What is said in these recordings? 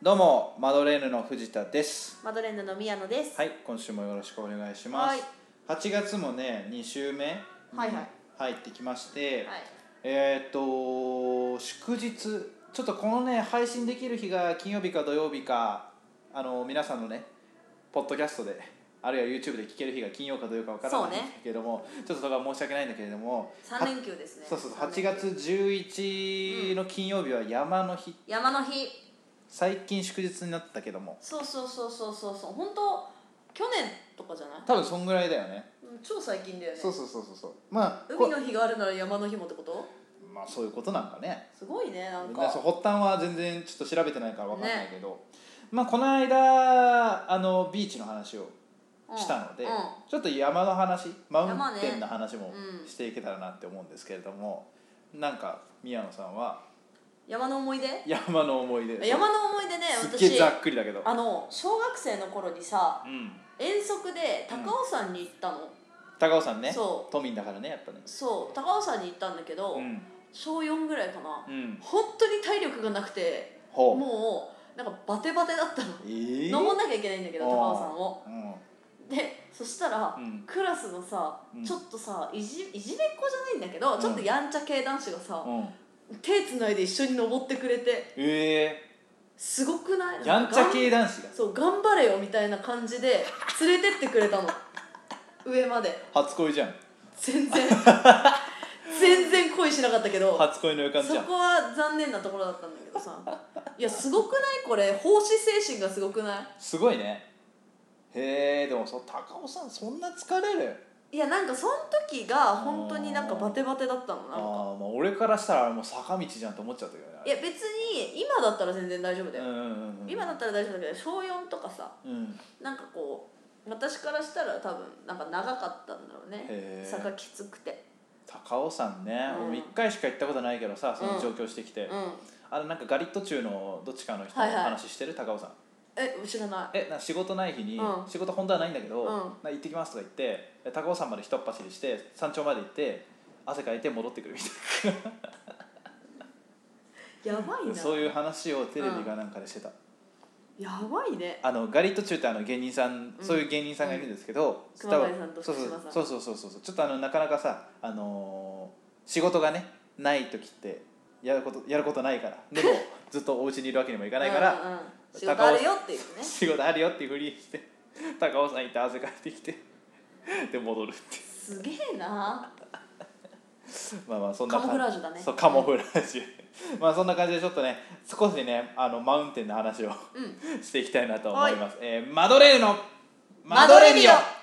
どうもマドレーヌの藤田です。 マドレーヌの宮野です。 はい、今週もよろしくお願いします。8月もね2週目に入ってきまして、祝日ちょっとこのね配信できる日が金曜日か土曜日か皆さんのねポッドキャストであるいは YouTube で聞ける日が金曜か土曜か分からないんですけれども、ちょっとそれは申し訳ないんだけれども 3連休ですね。 そう8月11の金曜日は山の日、 山の日最近祝日になったけども、 そう本当去年とかじゃない？ 多分そんぐらいだよね。 超最近だよね。 そうまあ海の日があるなら山の日もってこと？ まあそういうことなんかね。 すごいね、なんか発端は全然ちょっと調べてないから分かんないけど、まあこの間ビーチの話をしたので、ちょっと山の話、マウンテンの話もしていけたらなって思うんですけれども、なんか宮野さんは山の思い出ね、 すっげえざっくりだけど小学生の頃にさ、遠足で高尾山に行ったの。 高尾山ね、 そう都民だからね、やっぱね。 そう高尾山に行ったんだけど、小4ぐらいかな、本当に体力がなくて、もうなんかバテバテだったの、登んなきゃいけないんだけど高尾山を、でそしたら、クラスのさ、ちょっとさいじめっ子じゃないんだけど、ちょっとやんちゃ系男子がさ、手つないで一緒に登ってくれて、すごくない？ やんちゃ系男子がそう頑張れよみたいな感じで連れてってくれたの上まで。 初恋じゃん。 全然恋しなかったけど、 初恋の予感じゃん。 そこは残念なところだったんだけどさいやすごくない？これ奉仕精神がすごくない？ すごいね。へえ。でも高尾さんそんな疲れる？ いやなんかその時が本当になんかバテバテだったの。なんかまあ俺からしたらもう坂道じゃんと思っちゃったけどね。 いや別に今だったら全然大丈夫だよ、今だったら大丈夫だけど、小4とかさ、なんかこう私からしたら多分なんか長かったんだろうね、坂きつくて。高尾山ね、俺1回しか行ったことないけどさ、その上京してきて、なんかガリット中のどっちかの人の話してる？高尾山知らない。 仕事ない日に、仕事本当はないんだけど、行ってきますとか言って高尾山までひとっ走りして山頂まで行って汗かいて戻ってくるみたいなやばいな。 そういう話をテレビかなんかでしてた。 やばいね。 ガリット中って芸人さん、そういう芸人さんがいるんですけど、 熊谷さんと福島さん、 そうちょっとなかなかさ、仕事がねない時ってやることないから、でもずっとお家にいるわけにもいかないから仕事あるよっていうね、 仕事あるよっていうふりして高尾山行って汗かいてきてで戻るってすげえなまあそんなカモフラージュだね。 そうカモフラージュまあそんな感じでちょっとね少しねマウンテンの話をしていきたいなと思います。マドレーヌのマドレビオ。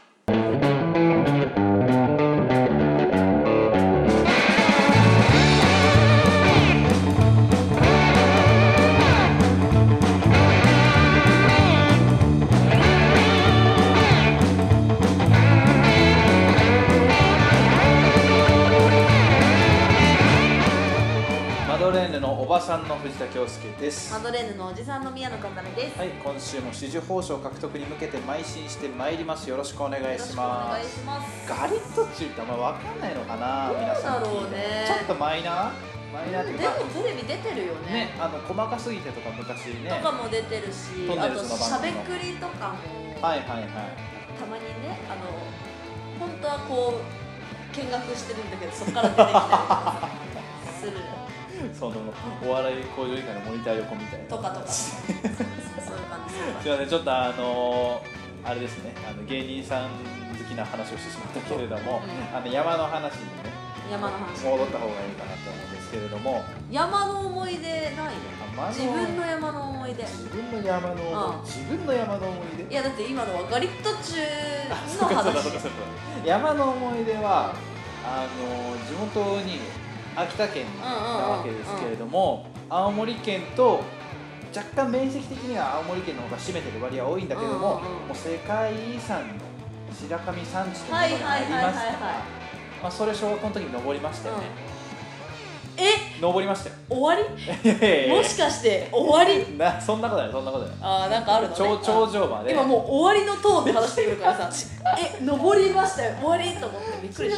マドレーヌのおばさんの藤田恭介です。 マドレーヌのおじさんの宮野かんためです。 はい、今週も紫綬褒章獲得に向けて邁進してまいります。よろしくお願いします。ガリット中ってあんま分かんないのかな、皆さん聞いて。ちょっとマイナーっていうか、 でもテレビ出てるよね。 細かすぎてとか昔ねとかも出てるし、あとしゃべくりとかもたまにね、本当はこう見学してるんだけど、そこから出てきたりとかするそのお笑い向上以外のモニター横みたいなとかそういう感じ。 じゃあね、ちょっとあれですね、芸人さん好きな話をしてしまったけれども、山の話にね戻った方がいいかなと思うんですけれども、 山の思い出ないの？自分の山の思い出。自分の山の思い出。いやだって今のはガリット中の話。 山の思い出は地元に秋田県なわけですけれども、青森県と若干面積的には青森県の方が占めてる割合は多いんだけども、もう世界遺産の白神山地というものがありますから、それ小学校の時に登りましたよね。登りましたよ。 終わり？もしかして終わり？ そんなことない。 なんかあるのね。 頂上まで。 今もう終わりのトーンで話してくるからさ登りましたよ、終わりと思ってびっくりした。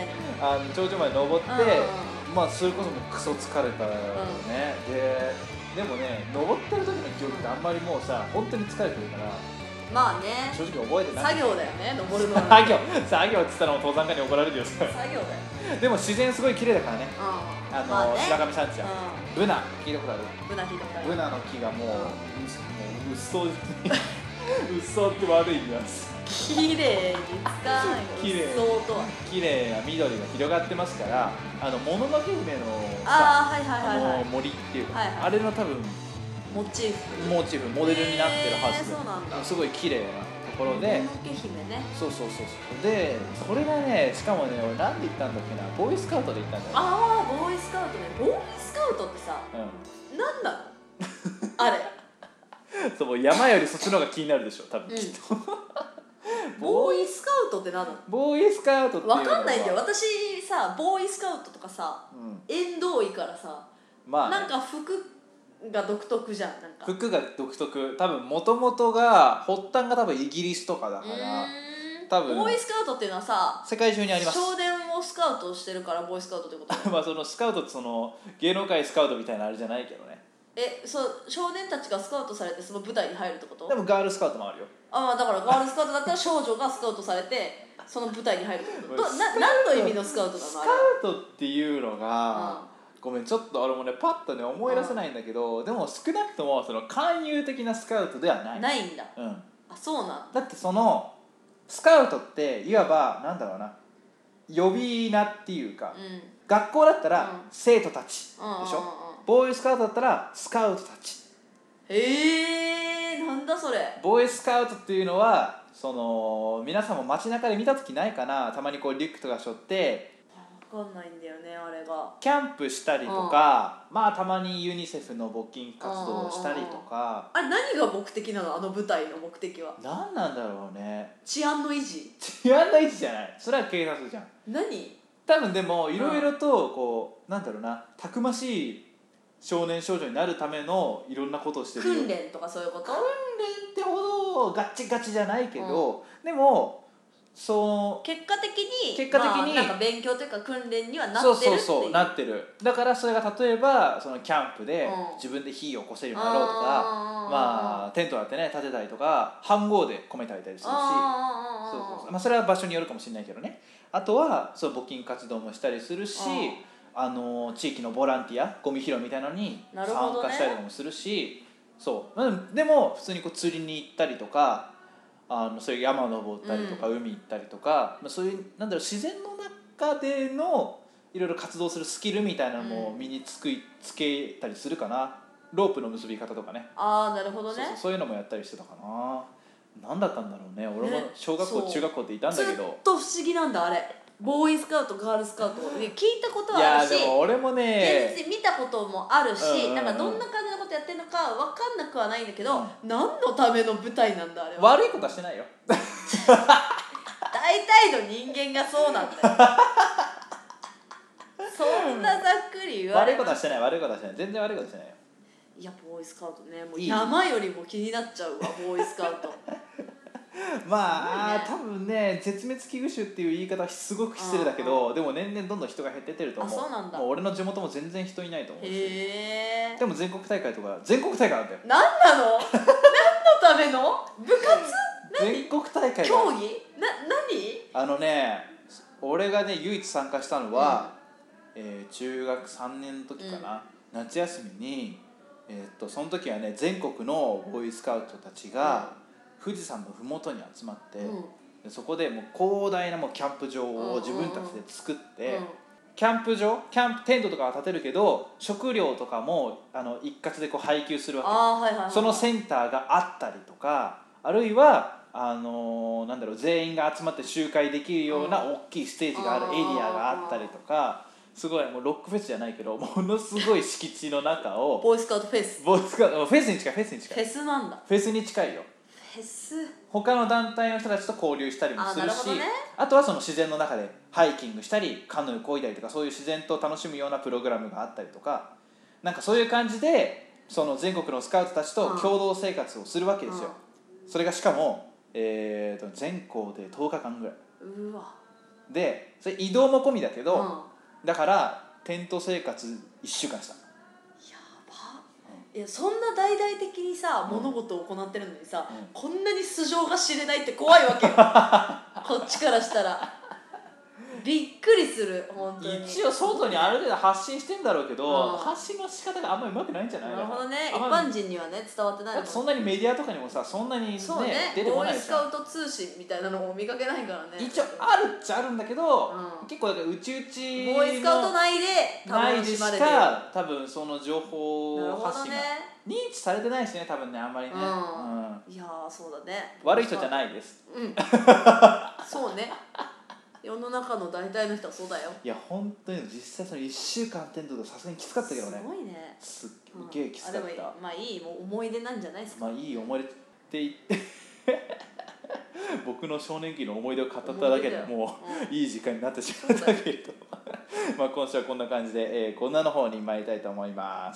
頂上まで登って、それこそもうクソ疲れたよね。ででもね登ってる時の記憶ってあんまりもうさ本当に疲れてるからまあね正直覚えてない。 作業だよね登るのは作業っつったらもう登山家に怒られるよ作業だよでも自然すごい綺麗だからね。 まあね、 白神山地はブナ聞いたことある？ ブナ聞いたことある。 ブナの木がもううっそううっそうって悪い意味なんです。 綺麗に使わない綺麗そうとは綺麗な緑が広がってますから、もののけ姫の森っていうか、あれの多分モチーフモデルになってるはずで、 そうなんだ。 すごい綺麗なところで、 もののけ姫ね。 そうで、それがね、しかもね、俺なんで行ったんだっけな、ボーイスカウトで行ったんだよ。 ああ、ボーイスカウトね。ボーイスカウトってさ、なんなのあれそう、山よりそっちの方が気になるでしょ、多分きっと。 ボーイスカウトって何なの？ ボーイスカウトっていうのは分かんないんだよ。私さ、ボーイスカウトとかさ、縁遠いからさ、なんか服が独特じゃん。なんか服が独特。多分元々が発端が多分イギリスとかだから、多分ボーイスカウトっていうのはさ、 世界中にあります。 少年をスカウトしてるからボーイスカウトってことまあそのスカウトってその芸能界スカウトみたいなあれじゃないけどね。 そう少年たちがスカウトされてその舞台に入るってこと？ でもガールスカウトもあるよ。 だからガールスカウトだったら少女がスカウトされてその舞台に入るってこと？何の意味のスカウトなの？ スカウトっていうのが、ごめんちょっと俺もねパッとね思い出せないんだけど、でも少なくともその勧誘的なスカウトではない。 ないんだ。そうなんだってそのスカウトっていわばなんだろうな、呼び名っていうか、学校だったら生徒たちでしょ。ボーイスカウトだったらスカウトたち。 なんだそれ。 ボーイスカウトっていうのはその皆さんも街中で見た時ないかな、たまにこうリュックとか背負って分かんないんだよねあれが。 キャンプしたりとか、まあたまにユニセフの募金活動をしたりとか。 あれ何が目的なの？あの舞台の目的は何なんだろうね。 治安の維持？ 治安の維持じゃない、それは警察じゃん。 何？ 多分でもいろいろとこうなんだろうな、たくましい少年少女になるためのいろんなことをしてるよ。 訓練とかそういうこと？ 訓練ってほどガチガチじゃないけど、でもその結果的になんか勉強というか訓練にはなってるっていう。 そうなってる。だからそれが例えばそのキャンプで自分で火を起こせるようになろうとか、まあテントだってね立てたりとか、飯盒で米炊いたりするし、まあそれは場所によるかもしれないけどね。あとはそう募金活動もしたりするし、地域のボランティアゴミ拾いみたいなのに参加したりとかもするし、そうでも普通にこう釣りに行ったりとか、そういう山登ったりとか、海行ったりとか、そういうなんだろう自然の中でのいろいろ活動するスキルみたいなのも身につけたりするかな。ロープの結び方とかね。 なるほどね。 そういうのもやったりしてたかな。何だったんだろうね。俺も小学校中学校っていたんだけど、 ずっと不思議なんだあれ。ボーイスカウトガールスカウト聞いたことはあるし、 いやでも俺もね現実で見たこともあるし、なんかどんな感じのことやってるのか分かんなくはないんだけど、何のための舞台なんだあれは。 悪いことはしてないよ。 大体の人間がそうなんだよ。そんなざっくり言われ悪いことはしてない全然悪いことはしてないよ。 いやボーイスカウトね、もう山よりも気になっちゃうわボーイスカウト。 まあ、多分ね絶滅危惧種っていう言い方はすごく失礼だけど、でも年々どんどん人が減ってってると思う。 そうなんだ。 もう俺の地元も全然人いないと思うし。 でも全国大会とかなんだよ。何なの？何のための部活？ 全国大会競技？何？ 俺がね唯一参加したのは、中学3年の時かな、夏休みにその時はね全国のボーイスカウトたちが、富士山の麓に集まって、そこでもう広大なもうキャンプ場を自分たちで作って、キャンプテントとかは建てるけど食料とかも一括でこう配給するわけ。そのセンターがあったりとか、あるいはなんだろう全員が集まって集会できるような大きいステージがあるエリアがあったりとか、すごいもうロックフェスじゃないけどものすごい敷地の中をボーイスカウトフェス。 フェスに近い。 フェスなんだ。 フェスに近いよ。 フェス。 他の団体の人たちと交流したりもするし、あとはその自然の中でハイキングしたりカヌー漕いだりとか、そういう自然と楽しむようなプログラムがあったりとか、なんかそういう感じでその全国のスカウトたちと共同生活をするわけですよ。それがしかも、全校で10日間ぐらい。 うわ。 でそれ移動も込みだけど、だからテント生活1週間した。 やば。 いやそんな大々的にさ物事を行ってるのにさ、こんなに素性が知れないって怖いわけよこっちからしたらびっくりする本当に。 一応外にある程度発信してんだろうけど、発信の仕方があんまりうまくないんじゃないかな。 なるほどね。一般人にはね伝わってないもん。 そんなにメディアとかにもさそんなにね出てこないじゃん。 ボーイスカウト通信みたいなのも見かけないからね。 一応あるっちゃあるんだけど、結構だからうちボーイスカウト内でないでしか多分その情報発信が認知されてないしね多分ねあんまりね。 いやそうだね。 悪い人じゃないです。 そうね。世の中の大体の人はそうだよ。 いや本当に実際その1週間テントとさすがにきつかったけどね。 すごいね。 すっげえきつかった。 でもまあいいもう思い出なんじゃないですか。 まあいい思い出って言って僕の少年期の思い出を語っただけでもういい時間になってしまったけれどまあ今週はこんな感じで、こんなの方に参りたいと思います。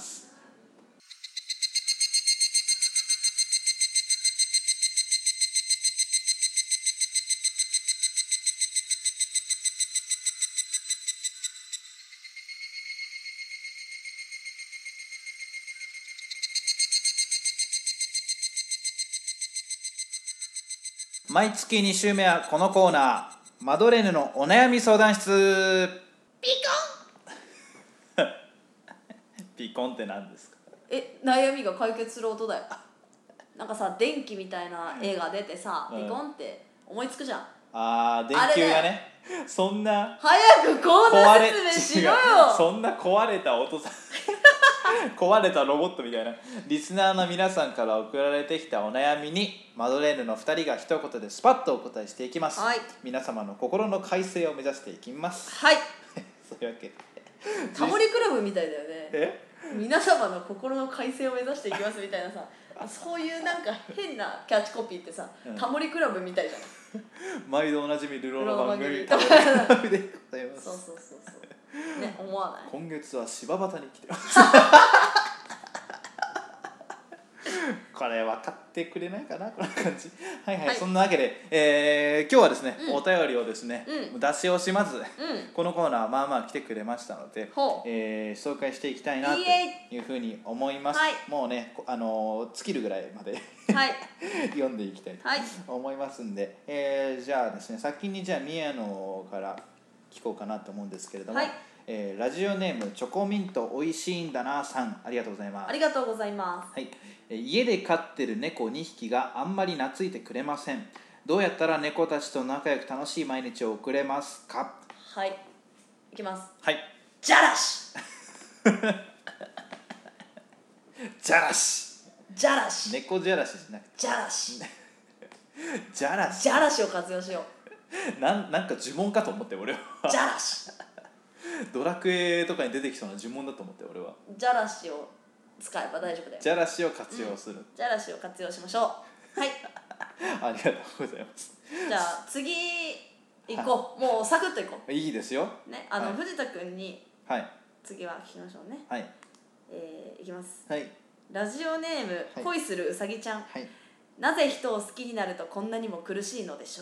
毎月2週目はこのコーナーマドレーヌのお悩み相談室。 ピコンピコンって何ですか？ 悩みが解決する音だよ。なんかさ電気みたいな絵が出てさ、ピコンって思いつくじゃん。 電球がねそんな早くコーナー説明しろよ。 そんな壊れた音さ壊れたロボットみたいな。リスナーの皆さんから送られてきたお悩みにマドレーヌの2人が一言でスパッとお答えしていきます。皆様の心の快晴を目指していきます。そういうわけでタモリクラブみたいだよね。皆様の心の快晴を目指していきますみたいなさそういうなんか変なキャッチコピーってさ、タモリクラブみたいじゃん。 毎度おなじみルローの番組タモリクラブでございます。 そうね、思わない？ 今月は柴又に来てますこれ分かってくれないかなこの感じ。そんなわけで、今日はですね、お便りをですね、出し惜しまず、このコーナーまあまあ来てくれましたので、紹介していきたいなというふうに思います。もうね尽きるぐらいまで読んでいきたいと思いますんで、じゃあですね先にじゃあ宮野から聞こうかなと思うんですけれども、ラジオネームチョコミントおいしいんだなさん、ありがとうございます。 ありがとうございます。 家で飼ってる猫2匹があんまり懐いてくれません。どうやったら猫たちと仲良く楽しい毎日を送れますか？ いきます。 じゃらしじゃらしじゃらし猫じゃらしじゃなくてじゃらしじゃらしじゃらしを活用しよう。なんか呪文かと思って俺はじゃらしドラクエとかに出てきそうな呪文だと思って俺は。 じゃらしを使えば大丈夫だよ。 じゃらしを活用する、 じゃらしを活用しましょう。 ありがとうございます。 じゃあ次行こう。もうサクッと行こう。 いいですよね、藤田君に次は聞きましょうね。いきます。ラジオネーム恋するうさぎちゃん、なぜ人を好きになるとこんなにも苦しいのでしょう？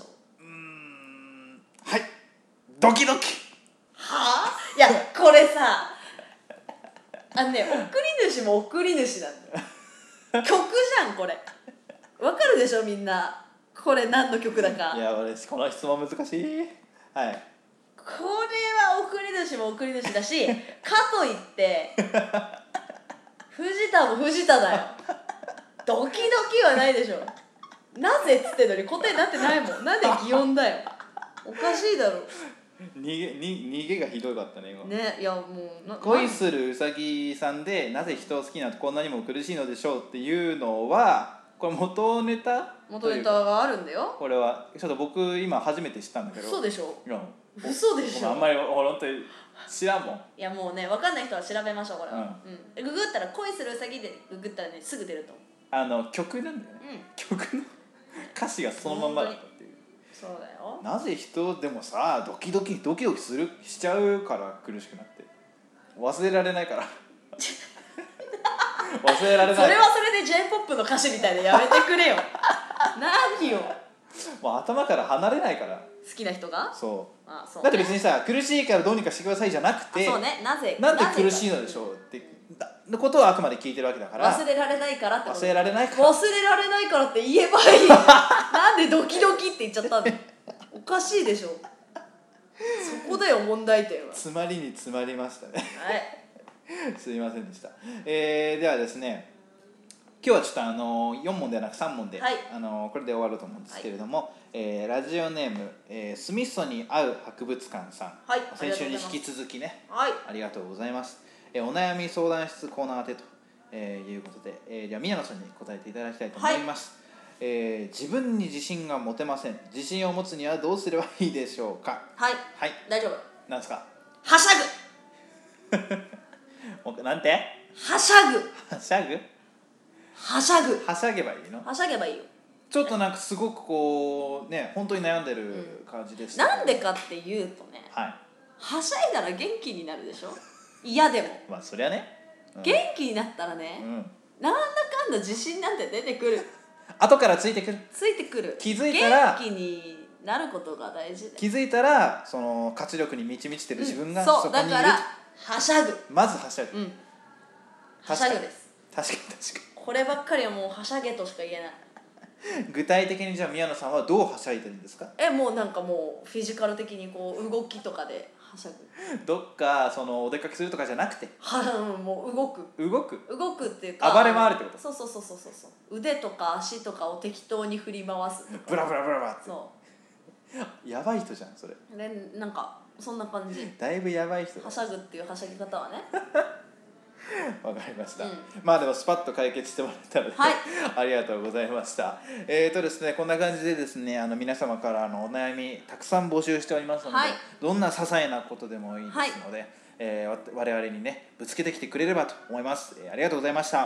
ドキドキ。 いやこれさ送り主も送り主なんだよ曲じゃんこれ。わかるでしょみんなこれ何の曲だか。 いや俺この質問難しい。これは送り主も送り主だしかといって藤田も藤田だよ。ドキドキはないでしょ。なぜっつってんのに答えになってないもん。なんで擬音だよ。おかしいだろ。 逃げがひどかったね今ね。いやもう恋するうさぎさんでなぜ人を好きになってこんなにも苦しいのでしょうっていうのはこれ元ネタがあるんだよ。 これはちょっと僕今初めて知ったんだけど。 嘘でしょ。嘘でしょ。 あんまり本当に知らんもん。いやもうね分かんない人は調べましょうこれは。ググったら恋するうさぎでググったらねすぐ出ると思う。 曲なんだよね。曲の歌詞がそのまんまだったっていう。 そうだよ。 なぜ人でもさドキドキしちゃうから苦しくなって忘れられないから忘れられない。 それはそれで J-POP の歌詞みたいでやめてくれよ何よ。 もう頭から離れないから好きな人が。 そうだって別にさ苦しいからどうにかしてくださいじゃなくてそうね。なんで苦しいのでしょうってのことをあくまで聞いてるわけだから。 忘れられないからってこと。 忘れられないから。 忘れられないからって言えばいい。なんでドキドキって言っちゃったの。おかしいでしょ。そこだよ問題点は。 詰まりに詰まりましたね。 はい。 すいませんでした。ではですね、今日はちょっと4問ではなく3問で、 はい、 これで終わろうと思うんですけれども、はい、ラジオネーム、スミソに会う博物館さん、 はい、 先週に引き続きね、 はい、 ありがとうございます。お悩み相談室コーナー宛てと、いうことで、では宮野さんに答えていただきたいと思います。はい、自分に自信が持てません。自信を持つにはどうすればいいでしょうか。 はい、 はい、 大丈夫。 なんですか。 はしゃぐなんて。 はしゃぐ。 はしゃぐ。 はしゃぐ。 はしゃげばいいの。 はしゃげばいいよ。 ちょっとなんかすごくこうね、本当に悩んでる感じです、 なんでかっていうとね、 はい、 はしゃいだら元気になるでしょ。嫌でもまあそりゃね、 元気になったらね、なんだかんだ自信なんて出てくる。 後からついてくる。気づいたら元気になることが大事で、 気づいたらその活力に満ち満ちてる自分がそそこにいる。 だからはしゃぐ。 まずはしゃぐ。 はしゃぐです。 確かにこればっかりはもうはしゃげとしか言えない。 具体的にじゃあ宮野さんはどうはしゃいでるんですか。 もうなんかもうフィジカル的にこう動きとかではしゃぐ。 どっかそのお出かけするとかじゃなくて、 もう動くっていうか暴れ回るってこと。 そう腕とか足とかを適当に振り回す。 ブラブラブラブラって。 そうやばい人じゃんそれ。 なんかそんな感じ。 だいぶやばい人。 はしゃぐっていうはしゃぎ方はね。 わかりました、まあでもスパッと解決してもらったので、はい、ありがとうございました。ですね、こんな感じでですね、皆様からお悩みたくさん募集しておりますので、はい、どんな些細なことでもいいですので、我々にねぶつけてきてくれればと思います。ありがとうございました。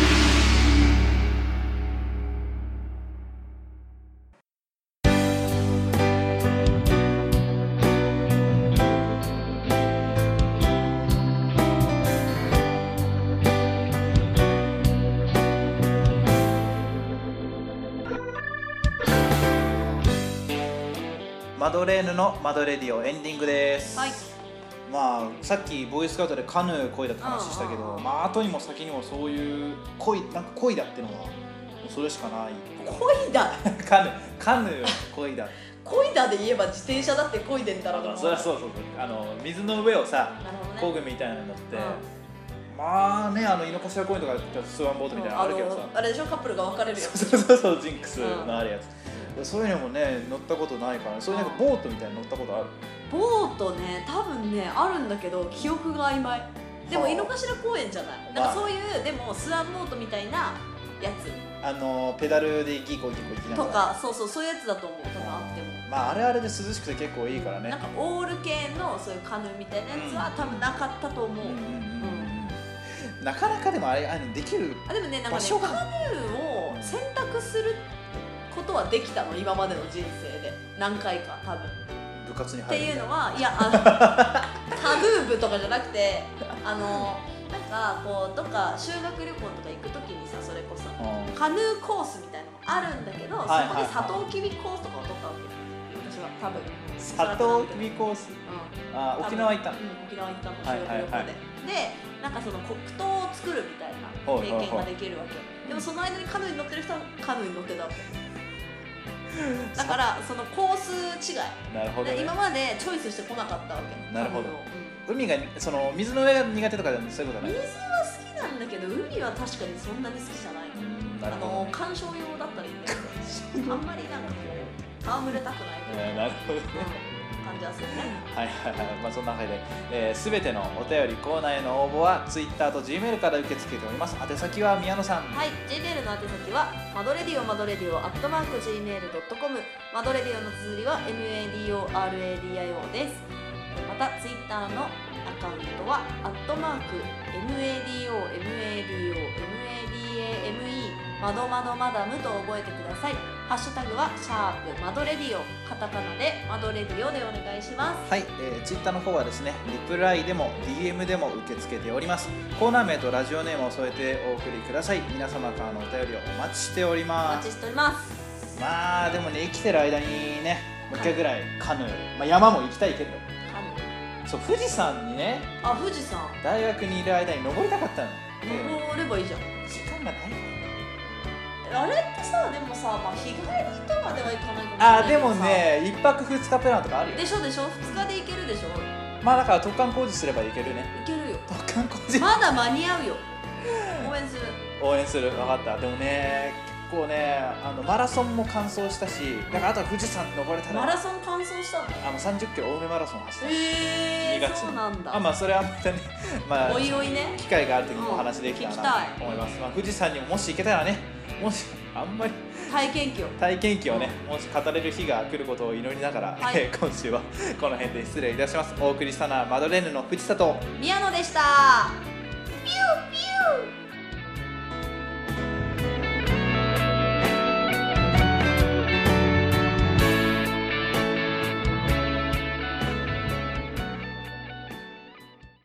マドレーヌのマドレディオエンディングです。はい、まあさっきボーイスカウトでカヌー恋だって話したけど、まあ後にも先にもそういう恋だっていうのはそれしかない。 恋だカヌー恋だ恋だで言えば自転車だって恋でんだろうな。 そりゃそう水の上をさ、工具みたいなの乗って、まあね、井の頭公園とかスワンボートみたいなのあるけどさ、 あれでしょ、カップルが別れるやつ。 そうジンクスのあるやつ、そういうのもね乗ったことないから、そういうなんかボートみたいな乗ったことある。 ボートね、多分ねあるんだけど記憶が曖昧。でも井の頭公園じゃない、なんかそういうでもスワンボートみたいなやつ、 ペダルでギコギコ行きながらとか、そういうやつだと思う。多分あっても、 まああれあれで涼しくて結構いいからね。 なんかオール系のそういうカヌーみたいなやつは多分なかったと思う。 なかなかでもあれできる。 でもね、なんかね、カヌーを選択することはできたの、今までの人生で何回か多分。 部活に入るっていうのは、いやカヌー部とかじゃなくて、なんかこうどっか修学旅行とか行くときにさ、それこそカヌーコースみたいなのもあるんだけど、そこでサトウキビコースとかを取ったわけ。私は多分サトウキビコース、沖縄行ったの。 沖縄行ったの、修学旅行で。で、なんかその黒糖を作るみたいな経験ができるわけ。でもその間にカヌーに乗ってる人はカヌーに乗ってたわけ。だからそのコース違い。 なるほど、ね、 今までチョイスしてこなかったわけ。 なるほど。海がその水の上が苦手とかそういうことない。 水は好きなんだけど海は確かにそんなに好きじゃない。鑑賞用だったらいいんだけど、あんまりなんかこう戯れたくない。 なるほどね。 感じはするね。 はいはいはい。まあそんなわけで、すべてのお便りコーナーへの応募は Twitter と Gmail から受け付けております。宛先は宮野さん。 はい、Gmail の宛先はマドレディオ@gmail.com、 マドレディオの綴りは MADORADIO です。また Twitter のアカウントは@MADOMADOMADAME マドマドマダムと覚えてください。ハッシュタグは#マドレディオ、カタカナでマドレディオでお願いします。 はい、ツイッターの方はですね、リプライでも DM でも受け付けております。コーナー名とラジオネームを添えてお送りください。皆様からのお便りをお待ちしております。 お待ちしております。 まあでもね、生きてる間にね、もう一回ぐらいカヌー、まあ、山も行きたいけど、 そう富士山にね、 富士山大学にいる間に登りたかったの。 登ればいいじゃん。 時間がない。 あれってさ、でもさ、日帰りとかではいかないかもしれないけどさ。 でもね、1泊2日プランとかあるよ。 でしょ2日で行けるでしょ。 だから突貫工事すればいけるね。 いけるよ。 突貫工事まだ間に合うよ。応援する。分かった。でもね、結構ね、マラソンも完走したし、だからあとは富士山登れたら。 マラソン完走したの ？30キロ青梅マラソン走った。2月に。 そうなんだ。 それはまたね、 おいおいね、 機会がある時にお話できたらなと思います。富士山にももし行けたらね、もしあんまり体験記をね、もし語れる日が来ることを祈りながら、今週はこの辺で失礼いたします。お送りしたのはマドレーヌの藤里、 宮野でした。ピューピュー。